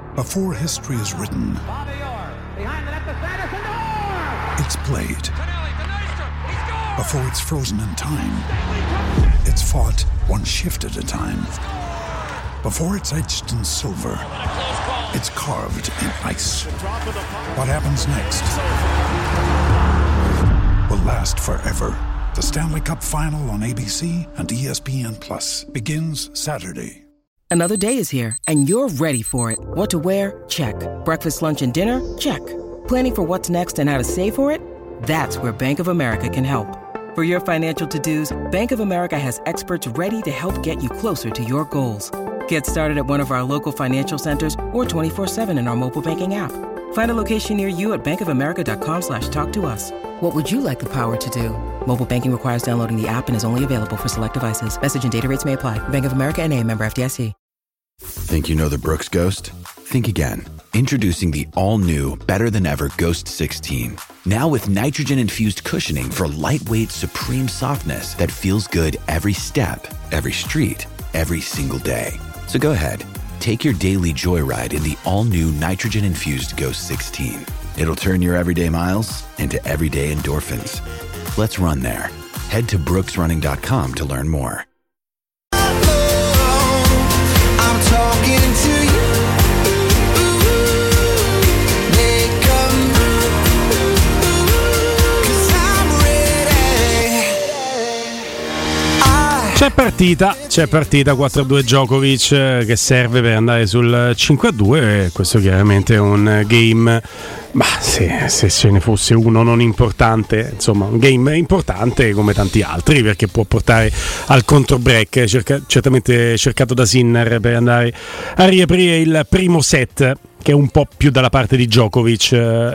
Before history is written, it's played. Before it's frozen in time, it's fought one shift at a time. Before it's etched in silver, it's carved in ice. What happens next will last forever. The Stanley Cup Final on ABC and ESPN Plus begins Saturday. Another day is here, and you're ready for it. What to wear? Check. Breakfast, lunch, and dinner? Check. Planning for what's next and how to save for it? That's where Bank of America can help. For your financial to-dos, Bank of America has experts ready to help get you closer to your goals. Get started at one of our local financial centers or 24/7 in our mobile banking app. Find a location near you at bankofamerica.com/talktous. What would you like the power to do? Mobile banking requires downloading the app and is only available for select devices. Message and data rates may apply. Bank of America NA, member FDIC. Think you know the Brooks Ghost? Think again. Introducing the all-new, better-than-ever Ghost 16. Now with nitrogen-infused cushioning for lightweight, supreme softness that feels good every step, every street, every single day. So go ahead, take your daily joyride in the all-new nitrogen-infused Ghost 16. It'll turn your everyday miles into everyday endorphins. Let's run there. Head to brooksrunning.com to learn more. I'm talking to you. C'è partita 4-2 Djokovic che serve per andare sul 5-2 e questo chiaramente è un game, ma se ce ne fosse uno non importante, insomma un game importante come tanti altri perché può portare al contro-break, certamente cercato da Sinner per andare a riaprire il primo set, che è un po' più dalla parte di Djokovic.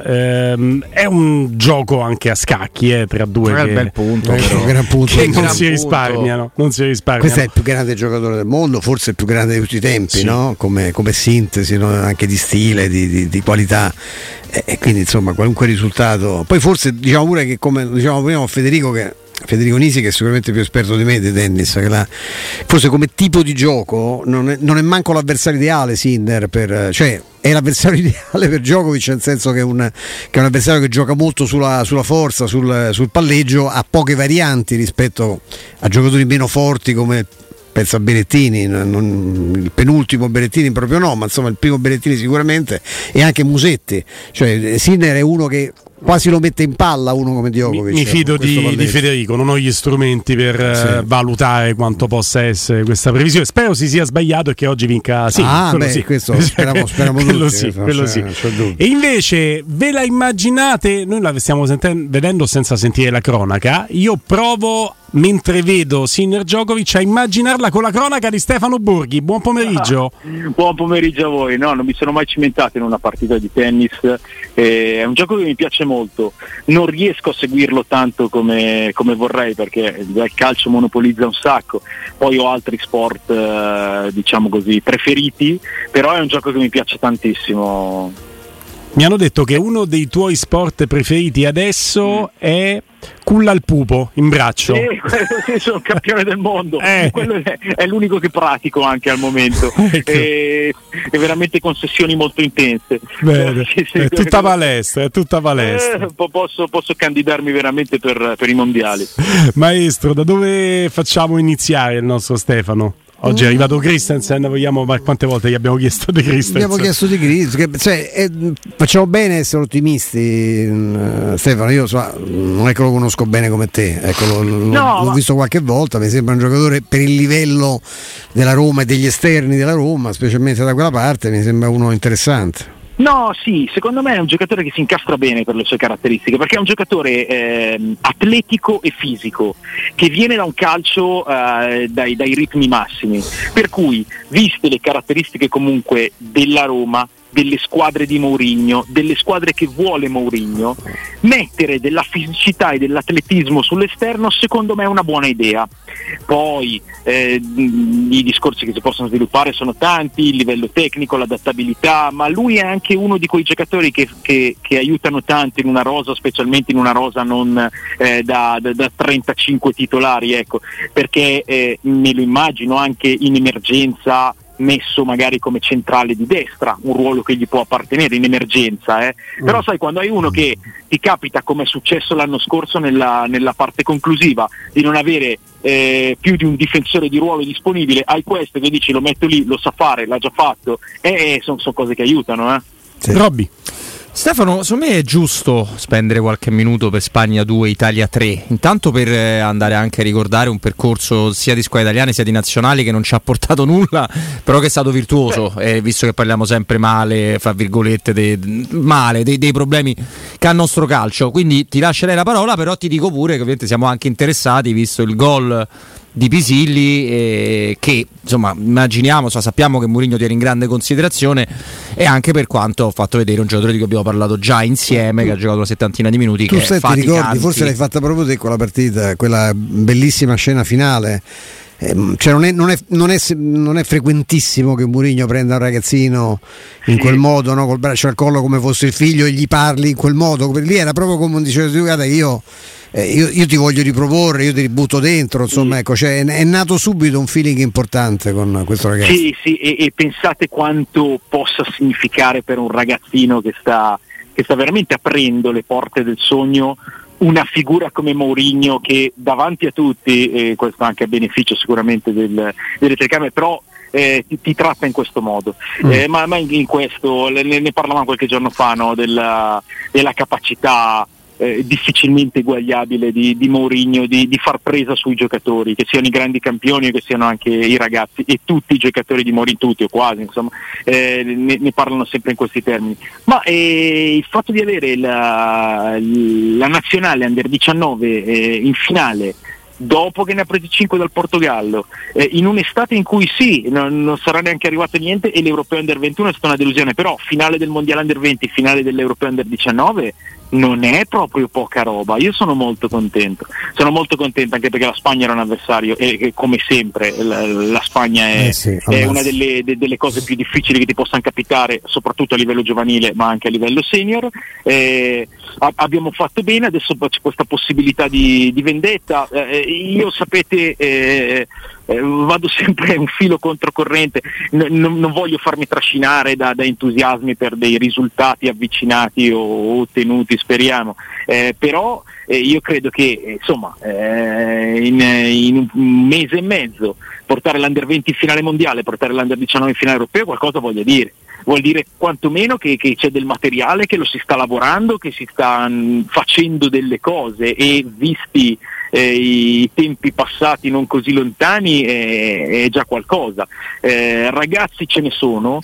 È un gioco anche a scacchi tra due che, bel punto, che non si risparmiano. Questo è il più grande giocatore del mondo, forse il più grande di tutti i tempi, sì. No? Come sintesi, no? Anche di stile, di qualità, e quindi insomma qualunque risultato. Poi forse diciamo pure che, come dicevamo prima con Federico Nisi, che è sicuramente più esperto di me di tennis, che forse come tipo di gioco non è manco l'avversario ideale Sinner, cioè è l'avversario ideale per Djokovic, nel senso che è un avversario che gioca molto sulla forza, sul palleggio, ha poche varianti rispetto a giocatori meno forti come penso a Berrettini, il penultimo Berrettini proprio no, ma insomma il primo Berrettini sicuramente, e anche Musetti. Cioè Sinner è uno che quasi lo mette in palla, uno come Djokovic. Mi fido di Federico, non ho gli strumenti per valutare quanto possa essere questa previsione. Spero si sia sbagliato e che oggi vinca questo speriamo tutti. Quello sì. E invece ve la immaginate, noi la stiamo vedendo senza sentire la cronaca, io provo mentre vedo Sinner Djokovic a immaginarla con la cronaca di Stefano Borghi. Buon pomeriggio. Buon pomeriggio a voi. No, non mi sono mai cimentato in una partita di tennis, è un gioco che mi piace molto, non riesco a seguirlo tanto come vorrei perché il calcio monopolizza un sacco, poi ho altri sport diciamo così preferiti, però è un gioco che mi piace tantissimo. Mi hanno detto che uno dei tuoi sport preferiti adesso è culla al pupo in braccio. Sì, sono campione del mondo. Quello è l'unico che pratico anche al momento. Ecco. È veramente con sessioni molto intense. È tutta palestra. Posso candidarmi veramente per i mondiali. Maestro, da dove facciamo iniziare il nostro Stefano? Oggi è arrivato Christensen, ma quante volte gli abbiamo chiesto di Christensen? Abbiamo chiesto di Christensen, facciamo bene a essere ottimisti, Stefano. Io non è che lo conosco bene come te, ecco, l'ho visto qualche volta, mi sembra un giocatore per il livello della Roma e degli esterni della Roma, specialmente da quella parte, mi sembra uno interessante. No, sì, secondo me è un giocatore che si incastra bene per le sue caratteristiche, perché è un giocatore atletico e fisico, che viene da un calcio dai ritmi massimi, per cui, viste le caratteristiche comunque della Roma, delle squadre di Mourinho, delle squadre che vuole Mourinho, mettere della fisicità e dell'atletismo sull'esterno secondo me è una buona idea. Poi i discorsi che si possono sviluppare sono tanti, il livello tecnico, l'adattabilità, ma lui è anche uno di quei giocatori che aiutano tanto in una rosa, specialmente in una rosa non da 35 titolari, ecco, perché me lo immagino anche in emergenza messo magari come centrale di destra, un ruolo che gli può appartenere in emergenza, però sai, quando hai uno che ti capita, come è successo l'anno scorso nella parte conclusiva, di non avere più di un difensore di ruolo disponibile, hai questo che dici lo metto lì, lo sa fare, l'ha già fatto, sono cose che aiutano. Sì. Robby. Stefano, secondo me è giusto spendere qualche minuto per Spagna 2, Italia 3, intanto per andare anche a ricordare un percorso sia di squadre italiane sia di nazionali che non ci ha portato nulla, però che è stato virtuoso, visto che parliamo sempre male, fra virgolette, dei problemi che ha il nostro calcio, quindi ti lascerei la parola, però ti dico pure che ovviamente siamo anche interessati, visto il gol di Pisilli, che insomma immaginiamo, sappiamo che Mourinho tiene in grande considerazione, e anche per quanto ho fatto vedere un giocatore di cui abbiamo parlato già insieme, che ha giocato una settantina di minuti. Tu ti ricordi, forse l'hai fatta proprio te quella partita, quella bellissima scena finale. Cioè non è frequentissimo che Mourinho prenda un ragazzino in quel modo, no? Col braccio al collo come fosse il figlio, e gli parli in quel modo. Lì era proprio come diceva, guarda, io ti voglio riproporre, io ti butto dentro, insomma, ecco, cioè, è nato subito un feeling importante con questo ragazzo. Sì, e pensate quanto possa significare per un ragazzino che sta veramente aprendo le porte del sogno, una figura come Mourinho, che davanti a tutti, questo anche a beneficio sicuramente delle telecamere, però ti tratta in questo modo. Ma in questo ne parlavamo qualche giorno fa, no? della capacità difficilmente eguagliabile di Mourinho di far presa sui giocatori, che siano i grandi campioni o che siano anche i ragazzi, e tutti i giocatori di Mourinho, tutti o quasi, insomma, ne parlano sempre in questi termini. Ma il fatto di avere la nazionale Under 19 in finale, dopo che ne ha presi 5 dal Portogallo, in un'estate in cui non sarà neanche arrivato niente, e l'Europeo Under 21 è stata una delusione, però finale del Mondiale Under 20, finale dell'Europeo Under 19 non è proprio poca roba. Io sono molto contento anche perché la Spagna era un avversario, e come sempre la Spagna è una delle cose più difficili che ti possano capitare, soprattutto a livello giovanile ma anche a livello senior. Abbiamo fatto bene, adesso c'è questa possibilità di vendetta. Io sapete, vado sempre un filo controcorrente, non voglio farmi trascinare da entusiasmi per dei risultati avvicinati o ottenuti, speriamo, però io credo che insomma in un mese e mezzo portare l'Under 20 in finale mondiale, portare l'Under 19 in finale europeo, qualcosa vuol dire quantomeno che c'è del materiale, che lo si sta lavorando, che si sta facendo delle cose, e visti i tempi passati non così lontani è già qualcosa. Ragazzi ce ne sono,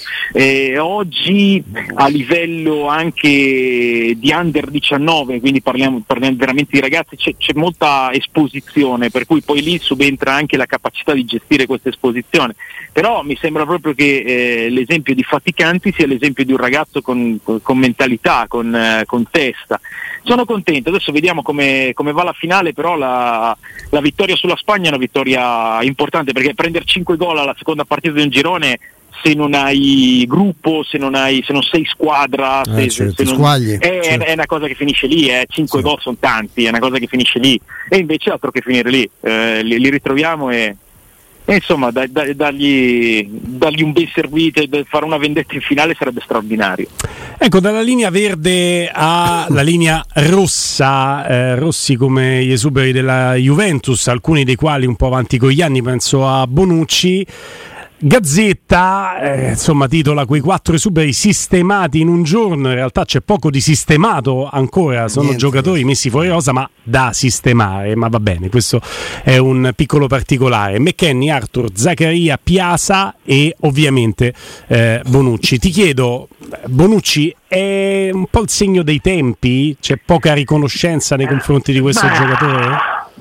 oggi a livello anche di Under 19, quindi parliamo veramente di ragazzi, c'è molta esposizione, per cui poi lì subentra anche la capacità di gestire questa esposizione. Però mi sembra proprio che l'esempio di Faticanti sia l'esempio di un ragazzo con mentalità, con testa. Sono contento, adesso vediamo come va la finale, però la vittoria sulla Spagna è una vittoria importante, perché prendere 5 gol alla seconda partita di un girone, se non hai gruppo, se non sei squadra, se non, squagli, è una cosa che finisce lì, 5 gol sono tanti, è una cosa che finisce lì, e invece altro che finire lì, li ritroviamo e insomma dargli un ben servito, e fare una vendetta in finale sarebbe straordinario. Ecco, dalla linea verde alla linea rossa, rossi come gli esuberi della Juventus, alcuni dei quali un po' avanti con gli anni, penso a Bonucci. Gazzetta insomma titola quei 4 esuberi sistemati in un giorno. In realtà c'è poco di sistemato ancora, sono giocatori messi fuori rosa ma da sistemare, ma va bene, questo è un piccolo particolare. McKennie, Arthur, Zaccaria, Piazza e ovviamente Bonucci. Ti chiedo, Bonucci è un po' il segno dei tempi? C'è poca riconoscenza nei confronti di questo giocatore?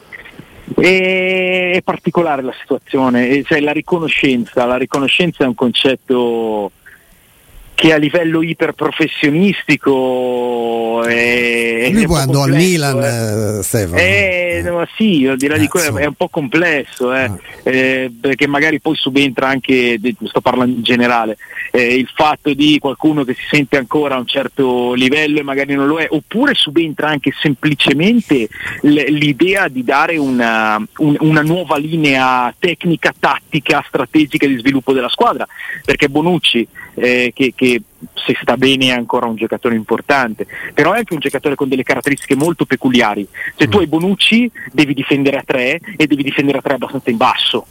È particolare la situazione, cioè la riconoscenza è un concetto che a livello iperprofessionistico lui poi andò al Milan, Stefano. Sì, al di là di quello è un po' complesso, perché magari poi subentra anche, sto parlando in generale, il fatto di qualcuno che si sente ancora a un certo livello e magari non lo è, oppure subentra anche semplicemente l'idea di dare una nuova linea tecnica, tattica, strategica di sviluppo della squadra, perché Bonucci che se sta bene è ancora un giocatore importante, però è anche un giocatore con delle caratteristiche molto peculiari. Se tu hai Bonucci devi difendere a 3 e devi difendere a 3 abbastanza in basso.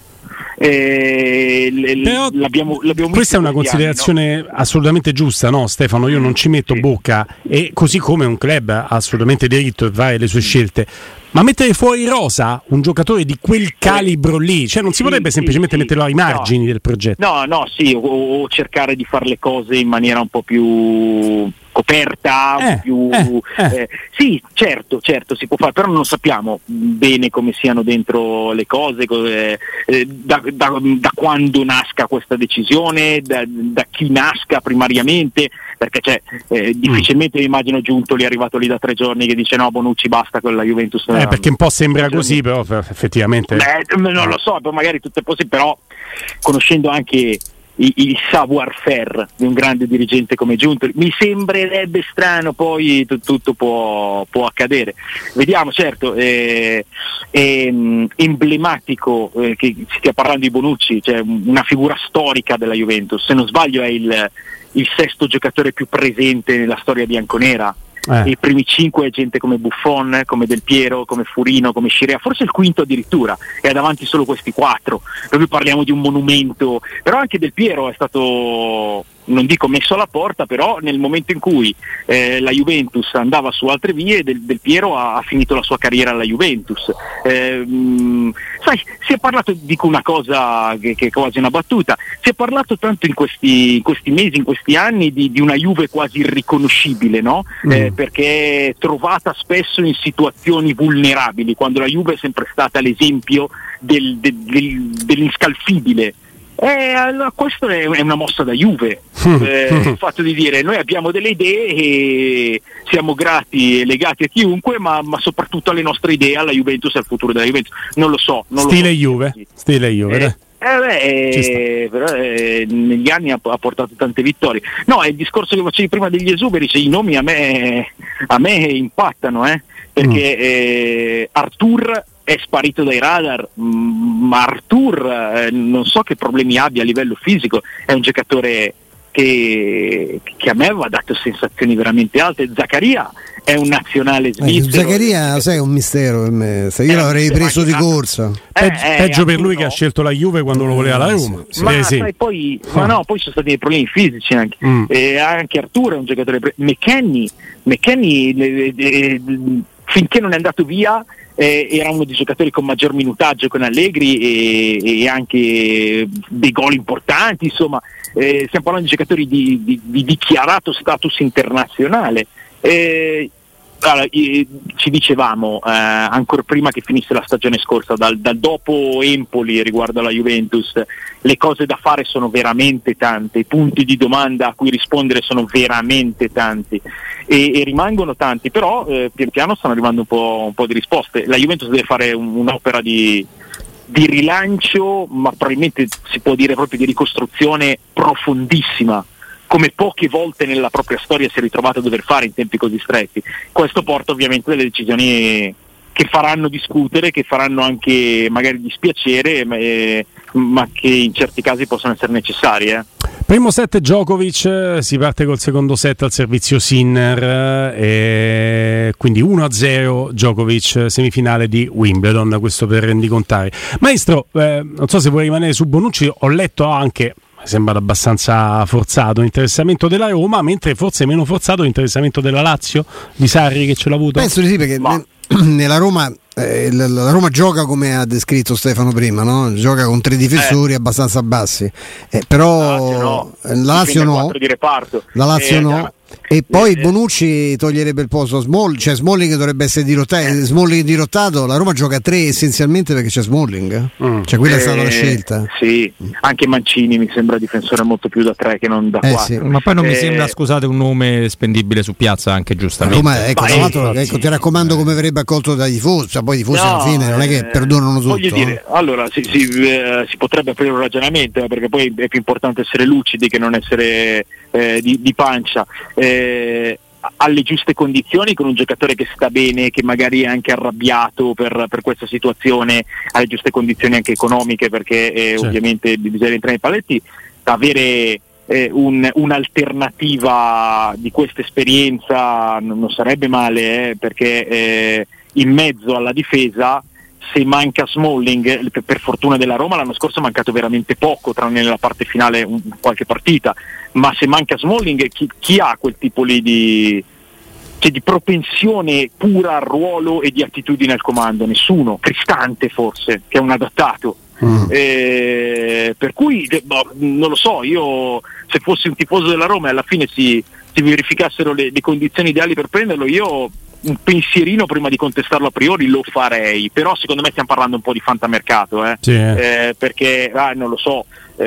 L'abbiamo questa è una considerazione anni, no? Assolutamente giusta, no Stefano? Io non ci metto bocca, e così come un club ha assolutamente diritto di fare le sue scelte, ma mettere fuori rosa un giocatore di quel calibro lì, cioè non si potrebbe semplicemente metterlo ai margini del progetto? O cercare di fare le cose in maniera un po' più coperta, un po' più sì, certo si può fare, però non sappiamo bene come siano dentro le cose, da quando nasca questa decisione, da chi nasca primariamente, perché difficilmente mi immagino Giuntoli arrivato lì da 3 giorni che dice no, Bonucci basta con la Juventus, perché un po' sembra così, però effettivamente non lo so, magari tutto è possibile, però conoscendo anche il savoir-faire di un grande dirigente come Giuntoli mi sembrerebbe strano, poi tutto può accadere, vediamo. Certo, è emblematico che si stia parlando di Bonucci, cioè una figura storica della Juventus, se non sbaglio è il 6º giocatore più presente nella storia bianconera. I primi 5 è gente come Buffon, come Del Piero, come Furino, come Scirea, forse il 5º addirittura, e ha davanti solo questi 4. Proprio parliamo di un monumento, però anche Del Piero è stato, non dico messo alla porta, però nel momento in cui la Juventus andava su altre vie, Del Piero ha finito la sua carriera alla Juventus. Sai, si è parlato, dico una cosa che è quasi una battuta, si è parlato tanto in questi mesi, in questi anni di una Juve quasi irriconoscibile, no? Perché trovata spesso in situazioni vulnerabili, quando la Juve è sempre stata l'esempio dell'inscalfibile. Allora questo è una mossa da Juve, il fatto di dire noi abbiamo delle idee e siamo grati e legati a chiunque, ma soprattutto alle nostre idee, alla Juventus e al futuro della Juventus. Non lo so. Stile Juve. Però negli anni ha portato tante vittorie. No, è il discorso che facevi prima degli esuberi, cioè i nomi a me impattano, perché Artur è sparito dai radar, ma Artur non so che problemi abbia a livello fisico, è un giocatore che a me aveva dato sensazioni veramente alte. Zaccaria è un nazionale svizzero. Zaccaria, sai, è un mistero per me. Io l'avrei preso di corsa. Peggio per lui che ha scelto la Juve quando lo voleva la Roma. Sai, poi sono stati dei problemi fisici anche. Anche Artur è un giocatore. McKennie finché non è andato via era uno dei giocatori con maggior minutaggio con Allegri e anche dei gol importanti, insomma. Stiamo parlando di giocatori di dichiarato status internazionale. Allora, ci dicevamo ancora prima che finisse la stagione scorsa, dal dopo Empoli riguardo alla Juventus, le cose da fare sono veramente tante, i punti di domanda a cui rispondere sono veramente tanti e rimangono tanti, però pian piano stanno arrivando un po' di risposte. La Juventus deve fare un'opera di rilancio, ma probabilmente si può dire proprio di ricostruzione profondissima, come poche volte nella propria storia si è ritrovato a dover fare in tempi così stretti. Questo porta ovviamente delle decisioni che faranno discutere, che faranno anche magari dispiacere, ma che in certi casi possono essere necessarie. Primo set Djokovic, si parte col secondo set al servizio Sinner, e quindi 1-0 Djokovic, semifinale di Wimbledon, questo per rendicontare. Maestro, non so se vuoi rimanere su Bonucci, ho letto anche, sembra abbastanza forzato l'interessamento della Roma, mentre forse meno forzato l'interessamento della Lazio, di Sarri, che ce l'ha avuto. Penso di sì, perché nella Roma la Roma gioca come ha descritto Stefano prima, no? Gioca con 3 difensori abbastanza bassi, però la Lazio no, di reparto. La Lazio no. E poi Bonucci toglierebbe il posto a Smalling, cioè Smalling dovrebbe essere dirottato. La Roma gioca a 3 essenzialmente perché c'è Smalling, cioè quella è stata la scelta. Sì, anche Mancini mi sembra difensore molto più da 3 che non da 4. Sì. Ma poi non mi sembra, scusate, un nome spendibile su piazza, anche giustamente. Roma, tra l'altro, ti raccomando come verrebbe accolto dai tifosi, cioè poi i tifosi alla fine non è che perdonano tutto. Voglio dire, allora si potrebbe aprire un ragionamento, perché poi è più importante essere lucidi che non essere di pancia. Alle giuste condizioni, con un giocatore che sta bene, che magari è anche arrabbiato per questa situazione, alle giuste condizioni anche economiche, perché ovviamente bisogna entrare nei paletti, avere un'alternativa di questa esperienza non sarebbe male, perché in mezzo alla difesa, se manca Smalling, per fortuna della Roma l'anno scorso è mancato veramente poco, tranne nella parte finale qualche partita, ma se manca Smalling chi ha quel tipo lì di propensione pura al ruolo e di attitudine al comando? Nessuno. Cristante forse, che è un adattato. Per cui non lo so, io se fossi un tifoso della Roma e alla fine si verificassero le condizioni ideali per prenderlo, io un pensierino prima di contestarlo a priori lo farei, però secondo me stiamo parlando un po' di fantamercato, perché non lo so,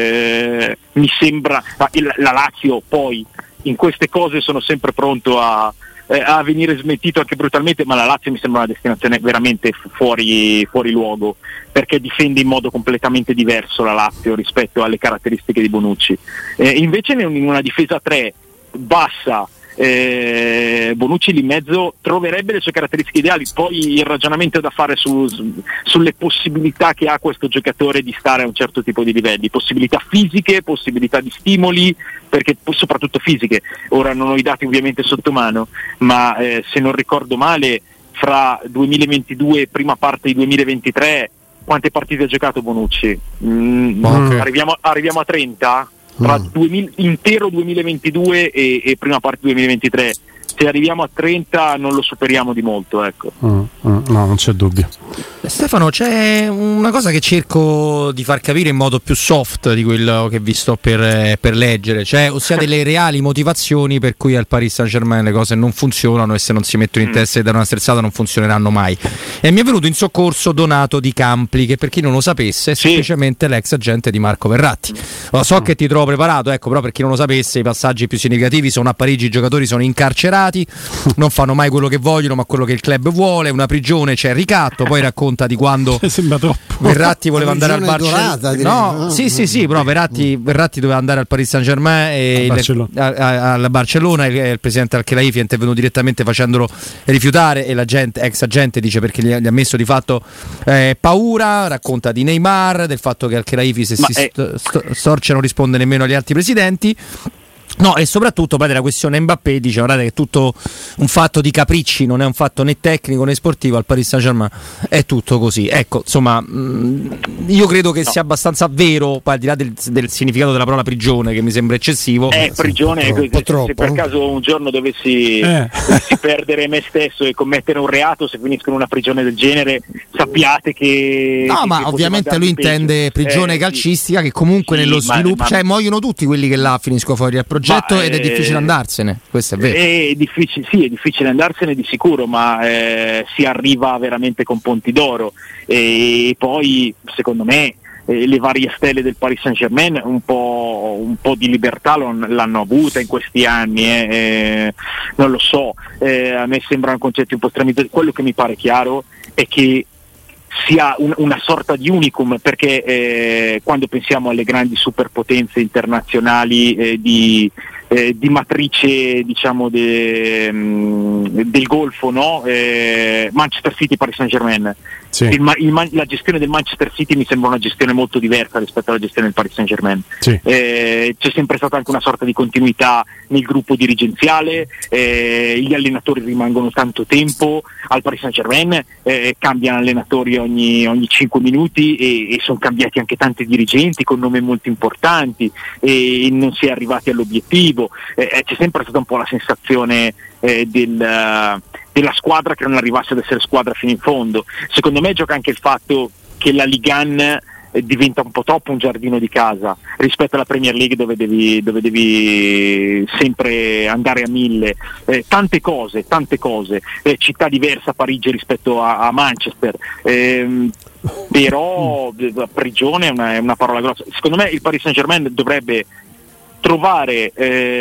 mi sembra la Lazio poi in queste cose sono sempre pronto a venire smentito anche brutalmente, ma la Lazio mi sembra una destinazione veramente fuori luogo, perché difende in modo completamente diverso la Lazio rispetto alle caratteristiche di Bonucci. Invece in una difesa 3 bassa, Bonucci lì in mezzo troverebbe le sue caratteristiche ideali. Poi il ragionamento è da fare sulle possibilità che ha questo giocatore di stare a un certo tipo di livelli, possibilità fisiche, possibilità di stimoli, perché soprattutto fisiche. Ora non ho i dati ovviamente sotto mano, ma se non ricordo male, fra 2022 e prima parte di 2023 quante partite ha giocato Bonucci? Arriviamo a 30? Tra intero 2022 e prima parte 2023, se arriviamo a 30 non lo superiamo di molto, ecco. No, non c'è dubbio. Stefano, c'è una cosa che cerco di far capire in modo più soft di quello che vi sto per leggere, cioè ossia delle reali motivazioni per cui al Paris Saint-Germain le cose non funzionano, e se non si mettono in testa e danno una sterzata non funzioneranno mai. E mi è venuto in soccorso Donato Di Campli, che per chi non lo sapesse è semplicemente l'ex agente di Marco Verratti. So che ti trovo preparato, ecco, però per chi non lo sapesse i passaggi più significativi sono: a Parigi i giocatori sono incarcerati, non fanno mai quello che vogliono ma quello che il club vuole, una prigione, c'è ricatto. Poi racconta di quando Verratti voleva andare al Barcellona. Sì, però Verratti doveva andare al Paris Saint-Germain e al Barcellona, il presidente Al-Khelaifi è intervenuto direttamente facendolo rifiutare, e ex agente dice perché gli ha messo di fatto paura. Racconta di Neymar, del fatto che Al-Khelaifi se storce non risponde nemmeno agli altri presidenti. No, e soprattutto poi della questione Mbappé dice: guardate che è tutto un fatto di capricci, non è un fatto né tecnico né sportivo, al Paris Saint-Germain è tutto così. Ecco, insomma, io credo che sia abbastanza vero, poi al di là del significato della parola prigione, che mi sembra eccessivo. Prigione, se per caso un giorno dovessi perdere me stesso e commettere un reato, se finisco in una prigione del genere, sappiate che... No, ma ovviamente lui intende prigione calcistica, che comunque nello sviluppo, cioè muoiono tutti quelli che là finiscono fuori dal progetto, ed è difficile andarsene, questo è vero. È difficile andarsene di sicuro, ma si arriva veramente con ponti d'oro, e poi secondo me le varie stelle del Paris Saint-Germain un po' di libertà l'hanno avuta in questi anni, non lo so, a me sembrano concetti un po' strani. Quello che mi pare chiaro è che sia una sorta di unicum, perché quando pensiamo alle grandi superpotenze internazionali di matrice, diciamo, del Golfo, no? Manchester City, Paris Saint-Germain. Sì. La gestione del Manchester City mi sembra una gestione molto diversa rispetto alla gestione del Paris Saint-Germain. Sì. C'è sempre stata anche una sorta di continuità nel gruppo dirigenziale, gli allenatori rimangono tanto tempo. Al Paris Saint-Germain cambiano allenatori ogni 5 minuti e sono cambiati anche tanti dirigenti con nomi molto importanti, e non si è arrivati all'obiettivo. C'è sempre stata un po' la sensazione della squadra che non arrivasse ad essere squadra fino in fondo. Secondo me gioca anche il fatto che la Ligue 1 diventa un po' troppo un giardino di casa rispetto alla Premier League dove devi sempre andare a 1000, tante cose, città diversa Parigi rispetto a Manchester, però prigione è una parola grossa. Secondo me il Paris Saint-Germain dovrebbe trovare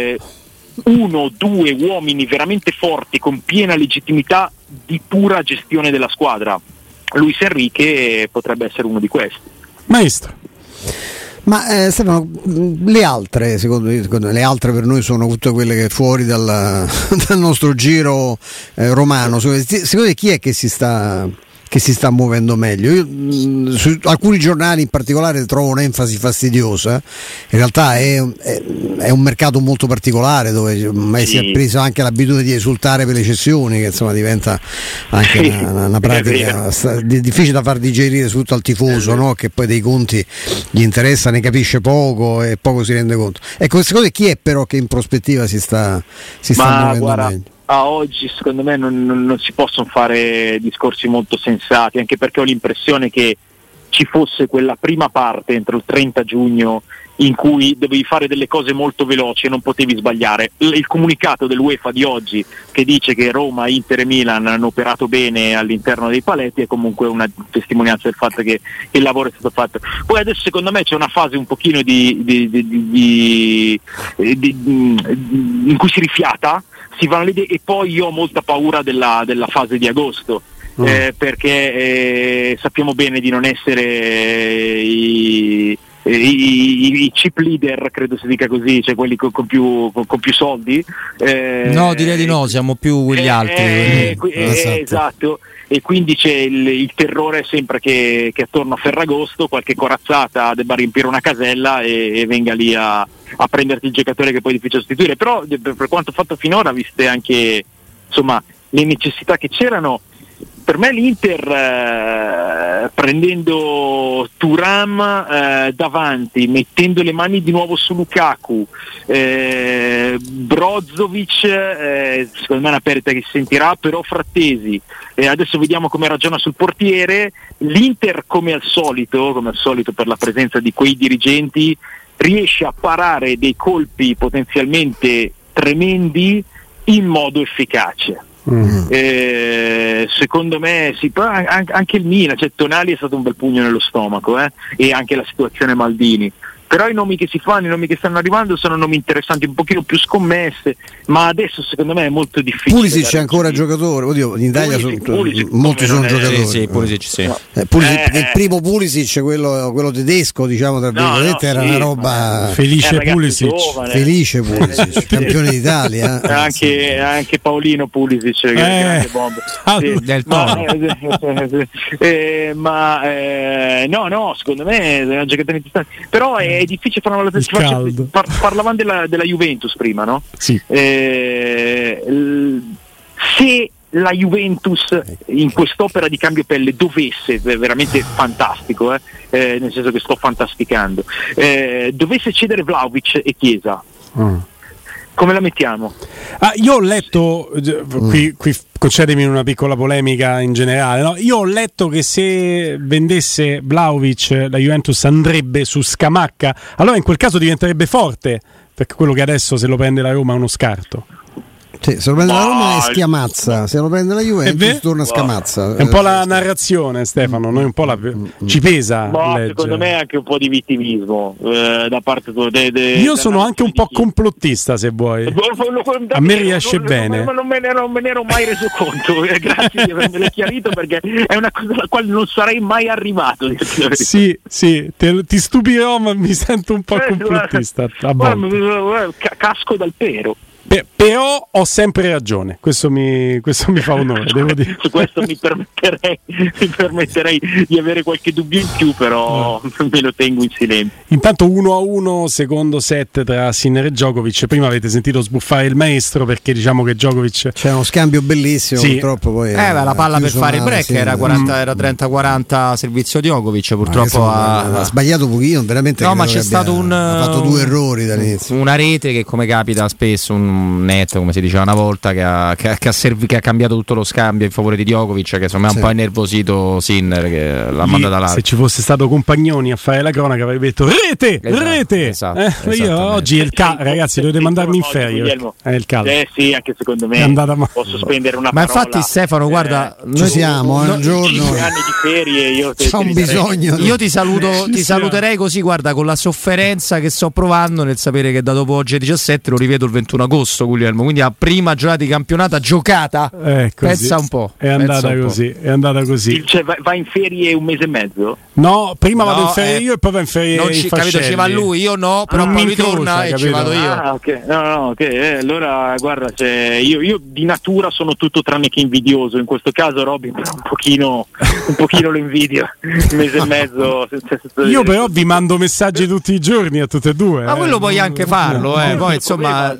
1-2 uomini veramente forti con piena legittimità di pura gestione della squadra. Luis Enrique potrebbe essere uno di questi. Maestro. Ma Stefano, le altre, secondo me, le altre per noi sono tutte quelle che fuori dal nostro giro romano. Secondo te chi è che si sta muovendo meglio? Io, su alcuni giornali in particolare trovo un'enfasi fastidiosa. In realtà è un mercato molto particolare dove ormai si è preso anche l'abitudine di esultare per le cessioni, che insomma diventa anche una pratica difficile da far digerire soprattutto al tifoso, no? Che poi dei conti gli interessa, ne capisce poco e poco si rende conto. Ecco, secondo te chi è però che in prospettiva si sta muovendo meglio? A oggi secondo me non si possono fare discorsi molto sensati, anche perché ho l'impressione che ci fosse quella prima parte entro il 30 giugno in cui dovevi fare delle cose molto veloci e non potevi sbagliare. Il comunicato dell'UEFA di oggi che dice che Roma, Inter e Milan hanno operato bene all'interno dei paletti è comunque una testimonianza del fatto che il lavoro è stato fatto. Poi adesso secondo me c'è una fase un pochino in cui si rifiata, si vanno le idee, e poi io ho molta paura della fase di agosto. Perché sappiamo bene di non essere i chip leader, credo si dica così, cioè quelli con più soldi. No, direi di no, siamo più gli altri. Esatto, e quindi c'è il terrore sempre che attorno a Ferragosto qualche corazzata debba riempire una casella e venga lì a prenderti il giocatore che poi è difficile sostituire. Però per quanto fatto finora, viste anche insomma le necessità che c'erano, per me l'Inter prendendo Thuram davanti, mettendo le mani di nuovo su Lukaku, Brozovic secondo me è una perdita che si sentirà, però Frattesi, adesso vediamo come ragiona sul portiere. L'Inter come al solito per la presenza di quei dirigenti riesce a parare dei colpi potenzialmente tremendi in modo efficace. Secondo me sì, anche il Milan, cioè Tonali è stato un bel pugno nello stomaco, e anche la situazione Maldini. Però i nomi che si fanno, i nomi che stanno arrivando sono nomi interessanti, un pochino più scommesse, ma adesso secondo me è molto difficile. Pulisic c'è ancora giocatore, oddio, in Italia molti sono giocatori. Sì, Pulisic sì. Il primo Pulisic, quello tedesco, diciamo tra virgolette, era una roba. Felice Pulisic, campione d'Italia. Anche Paolino Pulisic, che è grande bomba. Del Toro. No, secondo me è una giocata interessante. Però è difficile fare una valutazione. Parlavamo della Juventus prima, no? Sì. Se la Juventus in quest'opera di cambio pelle dovesse, veramente fantastico, nel senso che sto fantasticando, dovesse cedere Vlahovic e Chiesa, come la mettiamo? Io ho letto, qui concedemi una piccola polemica in generale, no? Io ho letto che se vendesse Vlahovic la Juventus andrebbe su Scamacca, allora in quel caso diventerebbe forte, perché quello che adesso se lo prende la Roma è uno scarto. Sì, se lo prende la Roma è Schiamazza, se lo prende la Juventus torna Scamazza. È un po' la narrazione, Stefano, noi un po' ci pesa. Secondo me è anche un po' di vittimismo da parte tua. Io sono anche un po' complottista, se vuoi. A me riesce bene. Non me ne ero mai reso conto. Grazie di avermelo chiarito, perché è una cosa alla quale non sarei mai arrivato. Sì, ti stupirò, ma mi sento un po' complottista. Casco dal pero. Però ho sempre ragione, questo mi fa onore, devo dire. Su questo mi permetterei di avere qualche dubbio in più, però me lo tengo in silenzio. Intanto 1-1, secondo set tra Sinner e Djokovic. Prima avete sentito sbuffare il maestro, perché diciamo che Djokovic c'è uno scambio bellissimo, sì. Purtroppo poi la palla per fare il break era 30-40 servizio Djokovic, purtroppo ha sbagliato pochino, veramente. No, ma c'è stato ha fatto due errori dall'inizio. Una rete che, come capita spesso, un Fournette, come si diceva una volta, che ha cambiato tutto lo scambio in favore di Djokovic, che insomma è un po' innervosito Sinner, che l'ha mandata là. Se ci fosse stato Compagnoni a fare la cronaca avrebbe detto rete. Esatto, io oggi è il ragazzi, dovete mandarmi in ferie. È il caldo. Sì, anche secondo me posso spendere una ma parola. Infatti Stefano, guarda, noi siamo un giorno 5 anni di ferie, c'ho un bisogno. Io ti saluterei così, guarda, con la sofferenza che sto provando nel sapere che da dopo oggi 17 lo rivedo il 21 agosto, Guglielmo, quindi a prima giornata di campionato giocata. Pensa un po'. È andata così. Cioè, va in ferie un mese e mezzo? No, prima vado in ferie io e poi va in ferie non ci, capito, ci va lui, io no, però poi ritorna e ci vado io. Allora guarda, io di natura sono tutto tranne che invidioso, in questo caso Robin un pochino lo invidio, un mese e mezzo io però vi mando messaggi tutti i giorni a tutte e due. Ma quello puoi anche farlo, poi insomma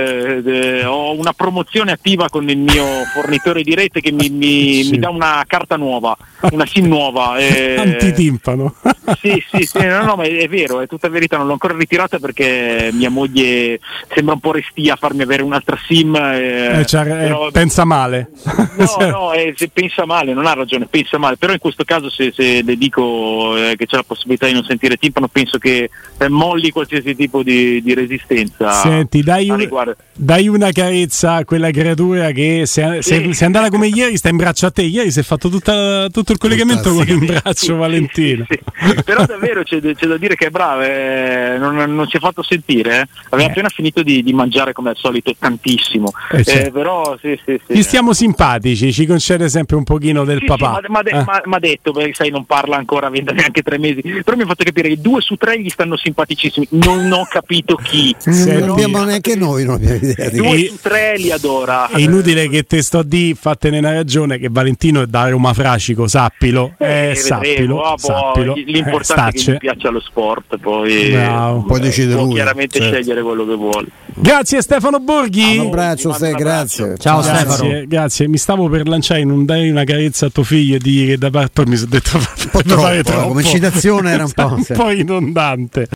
ho una promozione attiva con il mio fornitore di rete che mi dà una carta nuova, una SIM nuova, antitimpano. sì, no, ma è vero, è tutta verità, non l'ho ancora ritirata perché mia moglie sembra un po' restia a farmi avere un'altra SIM. Però, pensa male. No, se pensa male, non ha ragione, pensa male, però in questo caso se le dico che c'è la possibilità di non sentire timpano, penso che molli qualsiasi tipo di resistenza. Senti, dai una carezza a quella creatura che se è andata come ieri, sta in braccio a te. Ieri si è fatto tutto il collegamento con in braccio Valentino. Sì. Però davvero c'è da dire che è brava, non si è fatto sentire. Aveva appena finito di mangiare come al solito tantissimo. Però sì. Gli stiamo simpatici, ci concede sempre un pochino del papà. Ma ha detto, perché sai, non parla ancora, avendo neanche 3 mesi. Però mi ha fatto capire che 2 su 3 gli stanno simpaticissimi. Non ho capito chi. Non abbiamo neanche noi, non abbiamo idea di 2 su 3 li adora. È inutile che te sto di fattene una ragione, che Valentino è da Roma Fracico, sappilo. Sappilo. L'importante è che gli piaccia lo sport, poi decide lui. Chiaramente scegliere quello che vuole. Grazie Stefano Borghi. Un abbraccio, grazie. Ciao Stefano. Grazie. Mi stavo per lanciare in un dare una carezza a tuo figlio e dire che da parte mi sono detto un po' troppo, come citazione era un po' ridondante.